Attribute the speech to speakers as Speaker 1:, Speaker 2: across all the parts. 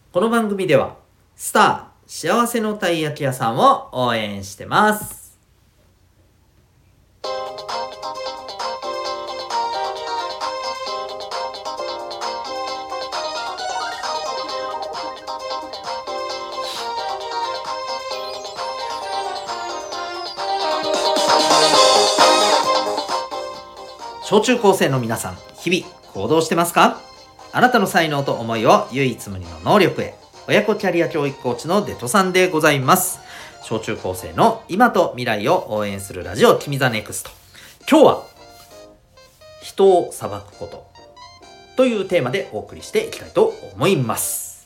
Speaker 1: この番組ではスター幸せのたい焼き屋さんを応援してます。小中高生の皆さん、日々行動してますか？あなたの才能と思いを唯一無二の能力へ。親子キャリア教育コーチのデトさんでございます。小中高生の今と未来を応援するラジオ君ザネクスト。今日は人を裁くことというテーマでお送りしていきたいと思います。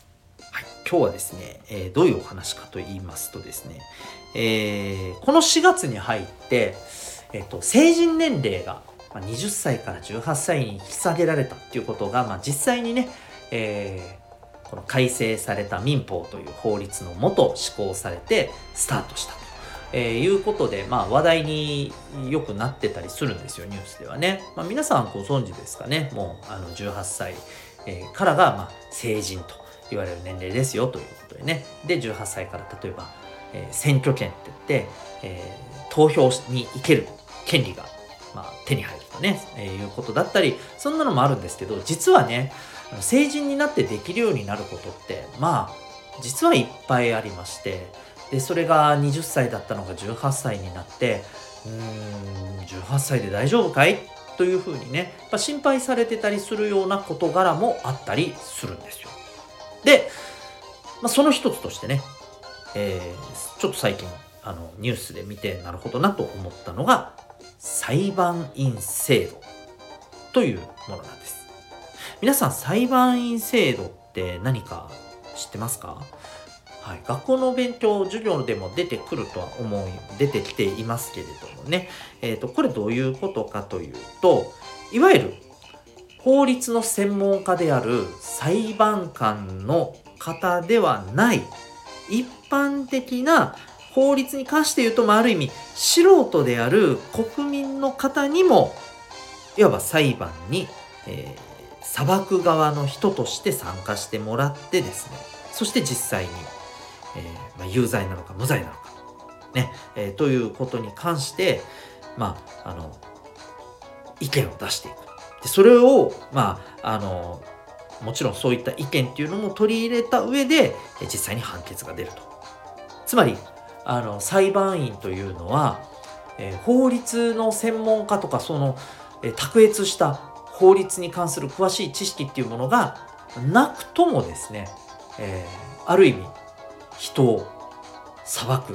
Speaker 1: はい、今日はですね、どういうお話かと言いますとですね、この4月に入って、成人年齢が20歳から18歳に引き下げられたっていうことが、実際にね、この改正された民法という法律のもと施行されてスタートしたと、いうことで、話題によくなってたりするんですよ、ニュースではね。皆さんご存知ですかね。もう18歳、からが成人と言われる年齢ですよということでね。で18歳から例えば、選挙権って言って、投票に行ける権利が手に入るとね、いうことだったり、そんなのもあるんですけど、実はね、成人になってできるようになることって実はいっぱいありまして、でそれが20歳だったのが18歳になって、18歳で大丈夫かいというふうにね、心配されてたりするような事柄もあったりするんですよ。で、その一つとしてね、ちょっと最近ニュースで見てなるほどなと思ったのが裁判員制度というものなんです。皆さん、裁判員制度って何か知ってますか？はい、学校の勉強授業でも出てくるとは出てきていますけれどもね、これどういうことかというと、いわゆる法律の専門家である裁判官の方ではない一般的な法律に関して言うと、ある意味素人である国民の方にもいわば裁判に、裁く側の人として参加してもらってですね、そして実際に、有罪なのか無罪なのかね、ということに関して意見を出していく。でそれをもちろんそういった意見っていうのも取り入れた上で実際に判決が出ると。つまり裁判員というのは、法律の専門家とか卓越した法律に関する詳しい知識っていうものがなくともですね、ある意味人を裁く、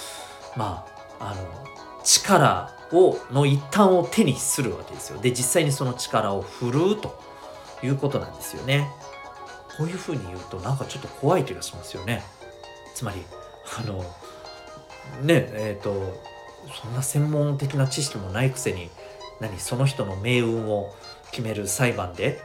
Speaker 1: 力の一端を手にするわけですよ。で実際にその力を振るうということなんですよね。こういうふうに言うとなんかちょっと怖い気がしますよね。つまりそんな専門的な知識もないくせにその人の命運を決める裁判で、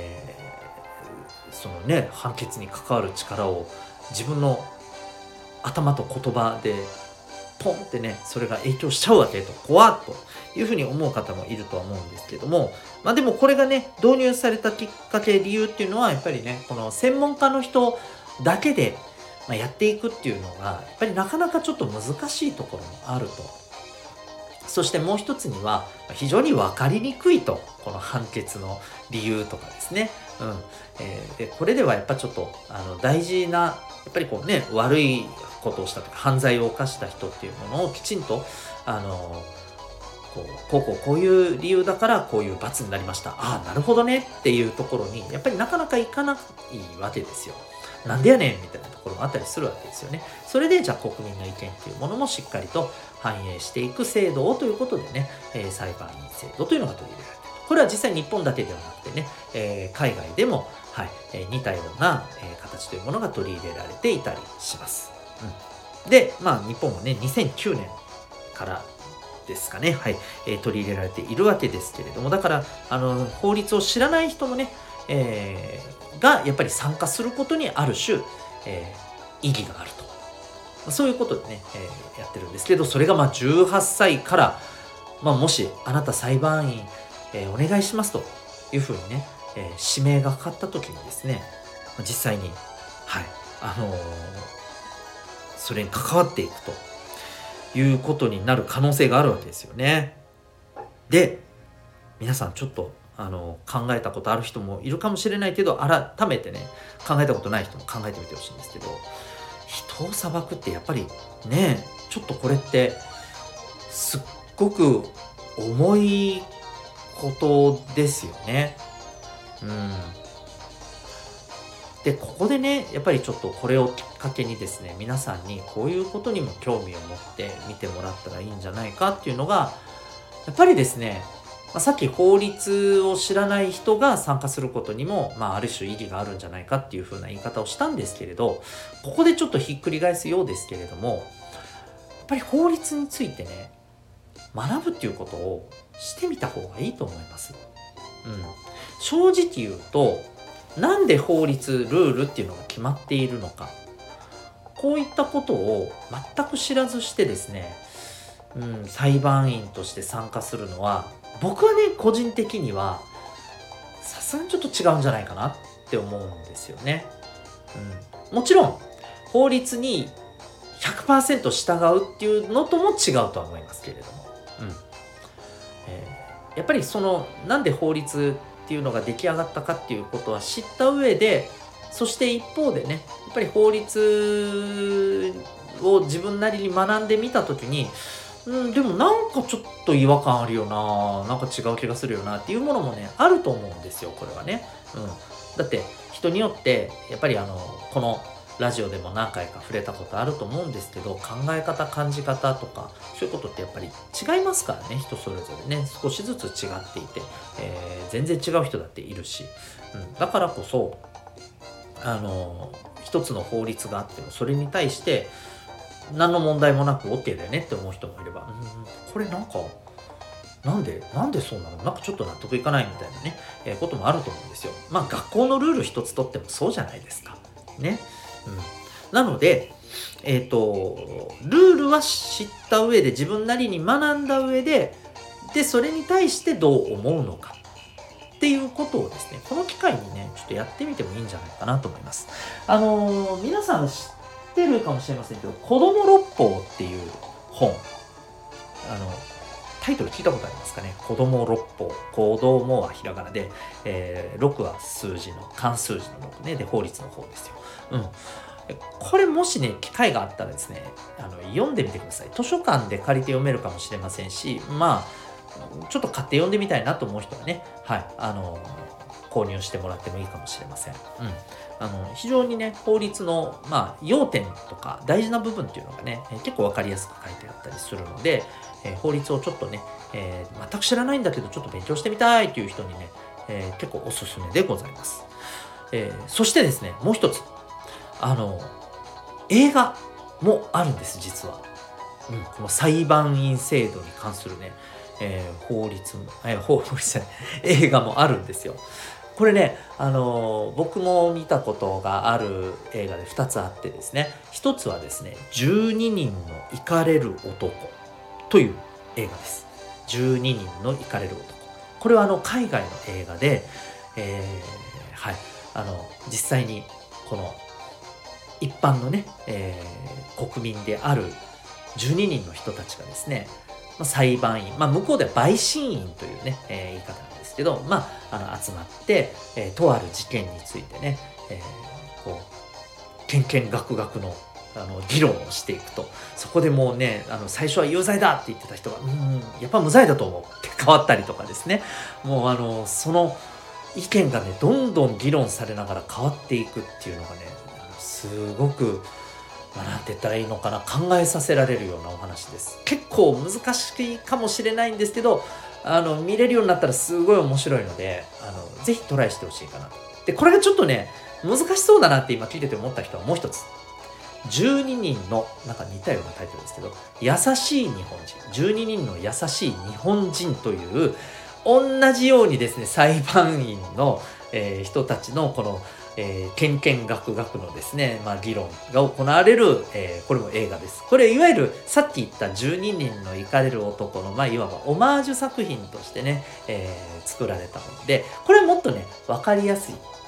Speaker 1: 判決に関わる力を自分の頭と言葉でポンってね、それが影響しちゃうわけと、怖っというふうに思う方もいるとは思うんですけども、でもこれがね導入されたきっかけ、理由っていうのはやっぱりね、この専門家の人だけでやっていくっていうのがやっぱりなかなかちょっと難しいところもあると。そしてもう一つには非常に分かりにくいと、この判決の理由とかですね。でこれではやっぱちょっと大事な、やっぱり悪いことをしたとか犯罪を犯した人っていうものをきちんとこういう理由だからこういう罰になりました、なるほどねっていうところにやっぱりなかなかいかないわけですよ。なんでやねんみたいなところもあったりするわけですよね。それでじゃあ国民の意見っていうものもしっかりと反映していく制度をということでね、裁判員制度というのが取り入れられている。これは実際日本だけではなくてね、海外でも、似たような、形というものが取り入れられていたりします。で、日本はね2009年からですかね、取り入れられているわけですけれども、だから法律を知らない人もね、がやっぱり参加することにある種、意義があると、そういうことでね、やってるんですけど、それが18歳から、もしあなた裁判員、お願いしますというふうにね、指名がかかった時にですね、実際にはい、それに関わっていくということになる可能性があるわけですよね。で、皆さんちょっと考えたことある人もいるかもしれないけど、改めてね、考えたことない人も考えてみてほしいんですけど、人を裁くってやっぱりね、ちょっとこれってすっごく重いことですよね。うん。で、ここでね、やっぱりちょっとこれをきっかけにですね、皆さんにこういうことにも興味を持って見てもらったらいいんじゃないかっていうのが、やっぱりですね、さっき法律を知らない人が参加することにも、ある種意義があるんじゃないかっていう風な言い方をしたんですけれど、ここでちょっとひっくり返すようですけれども、やっぱり法律についてね、学ぶっていうことをしてみた方がいいと思います。うん。正直言うと、なんで法律、ルールっていうのが決まっているのか、こういったことを全く知らずしてですね、裁判員として参加するのは、僕はね、個人的にはさすがにちょっと違うんじゃないかなって思うんですよね。もちろん法律に 100% 従うっていうのとも違うとは思いますけれども、やっぱりなんで法律っていうのが出来上がったかっていうことは知った上で、そして一方でね、やっぱり法律を自分なりに学んでみたときに、でもなんかちょっと違和感あるよな、なんか違う気がするよなっていうものもね、あると思うんですよ、これはね。だって人によってやっぱりこのラジオでも何回か触れたことあると思うんですけど、考え方、感じ方とかそういうことってやっぱり違いますからね、人それぞれね、少しずつ違っていて、全然違う人だっているし、だからこそ一つの法律があってもそれに対して何の問題もなく OK だよねって思う人もいれば、これなんでそうなの、なんかちょっと納得いかないみたいなね、こともあると思うんですよ。学校のルール一つとってもそうじゃないですかね。なのでルールは知った上で、自分なりに学んだ上で、それに対してどう思うのかっていうことをですね、この機会にね、ちょっとやってみてもいいんじゃないかなと思います。皆さん知ってるかもしれませんけど、子供六法っていう本、タイトル聞いたことありますかね。子供六法。子供はひらがなで、6は数字の、漢数字の6ね。で、法律の方ですよ。これもしね、機会があったらですね、読んでみてください。図書館で借りて読めるかもしれませんし、ちょっと買って読んでみたいなと思う人はね、はい、購入してもらってもいいかもしれません。非常にね、法律の、要点とか大事な部分っていうのがね、結構わかりやすく書いてあったりするので、法律をちょっとね、全く知らないんだけどちょっと勉強してみたいという人にね、結構おすすめでございます。そしてですね、もう一つ、映画もあるんです、実は。この裁判員制度に関するね、法律も、法律じゃない映画もあるんですよ。これね、僕も見たことがある映画で2つあってですね、1つはですね、12人のイカれる男という映画です。12人のイカれる男。これは海外の映画で、はい、実際にこの一般のね、国民である12人の人たちがですね、裁判員、向こうでは陪審員というね、言い方なんですけど、集まって、とある事件についてね、こう、けんけんがくがくの議論をしていくと、そこでもうね、最初は有罪だって言ってた人が、やっぱ無罪だと思うって変わったりとかですね、もうその意見がね、どんどん議論されながら変わっていくっていうのがね、すごく、なんて言ったらいいのかな、考えさせられるようなお話です。結構難しいかもしれないんですけど、見れるようになったらすごい面白いので、ぜひトライしてほしいかなと。で、これがちょっとね、難しそうだなって今聞いてて思った人はもう一つ。12人の、なんか似たようなタイトルですけど、優しい日本人。12人の優しい日本人という、同じようにですね、裁判員の、人たちのこの、けんけんがくがくのですね、議論が行われる、これも映画です。これいわゆるさっき言った12人のイカれる男の、いわばオマージュ作品としてね、作られたもので、これはもっとね、わかりやすい、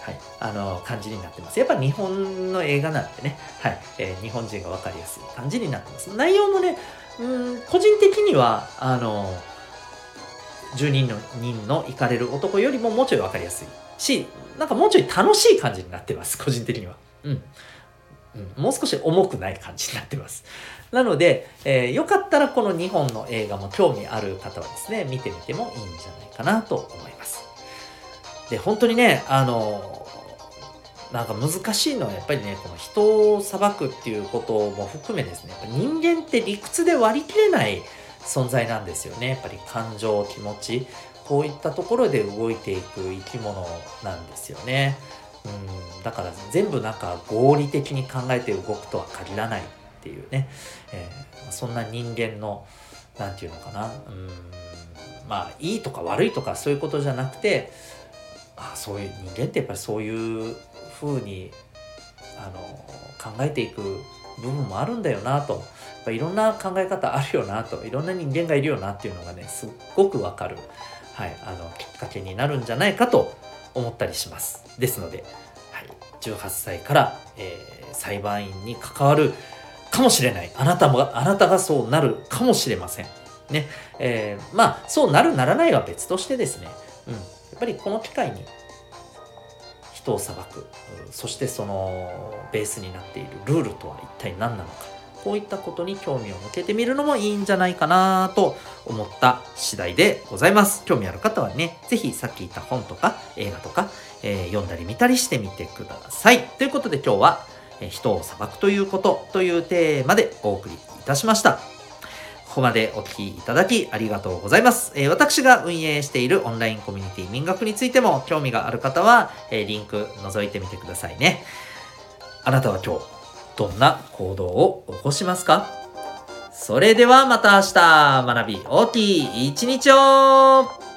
Speaker 1: はい、感じになってます。やっぱ日本の映画なんでね、はい、日本人が分かりやすい感じになってます。内容もね、個人的には、12人の行かれる男よりももうちょい分かりやすいし、なんかもうちょい楽しい感じになってます、個人的には。もう少し重くない感じになってます。なので、よかったらこの2本の映画も興味ある方はですね、見てみてもいいんじゃないかなと思います。で、本当にね、なんか難しいのはやっぱりね、この人を裁くっていうことも含めですね、やっぱ人間って理屈で割り切れない存在なんですよね。やっぱり感情、気持ち、こういったところで動いていく生き物なんですよね。だから全部なんか合理的に考えて動くとは限らないっていうね、そんな人間の、なんていうのかな、まあいいとか悪いとかそういうことじゃなくて、そういう人間ってやっぱりそういう風に考えていく部分もあるんだよなと、やっぱいろんな考え方あるよなと、いろんな人間がいるよなっていうのがね、すっごくわかる、はい、きっかけになるんじゃないかと思ったりします。ですので、はい、18歳から、裁判員に関わるかもしれない。あなたがそうなるかもしれません。ね。まあ、そうなるならないは別としてですね、やっぱりこの機会に人を裁く、そしてそのベースになっているルールとは一体何なのか、こういったことに興味を向けてみるのもいいんじゃないかなと思った次第でございます。興味ある方はね、ぜひさっき言った本とか映画とか、読んだり見たりしてみてください。ということで今日は、人を裁くということというテーマでお送りいたしました。ここまでお聞きいただきありがとうございます。私が運営しているオンラインコミュニティ民学についても興味がある方は、リンク覗いてみてくださいね。あなたは今日どんな行動を起こしますか？それではまた明日、学び大きい一日を。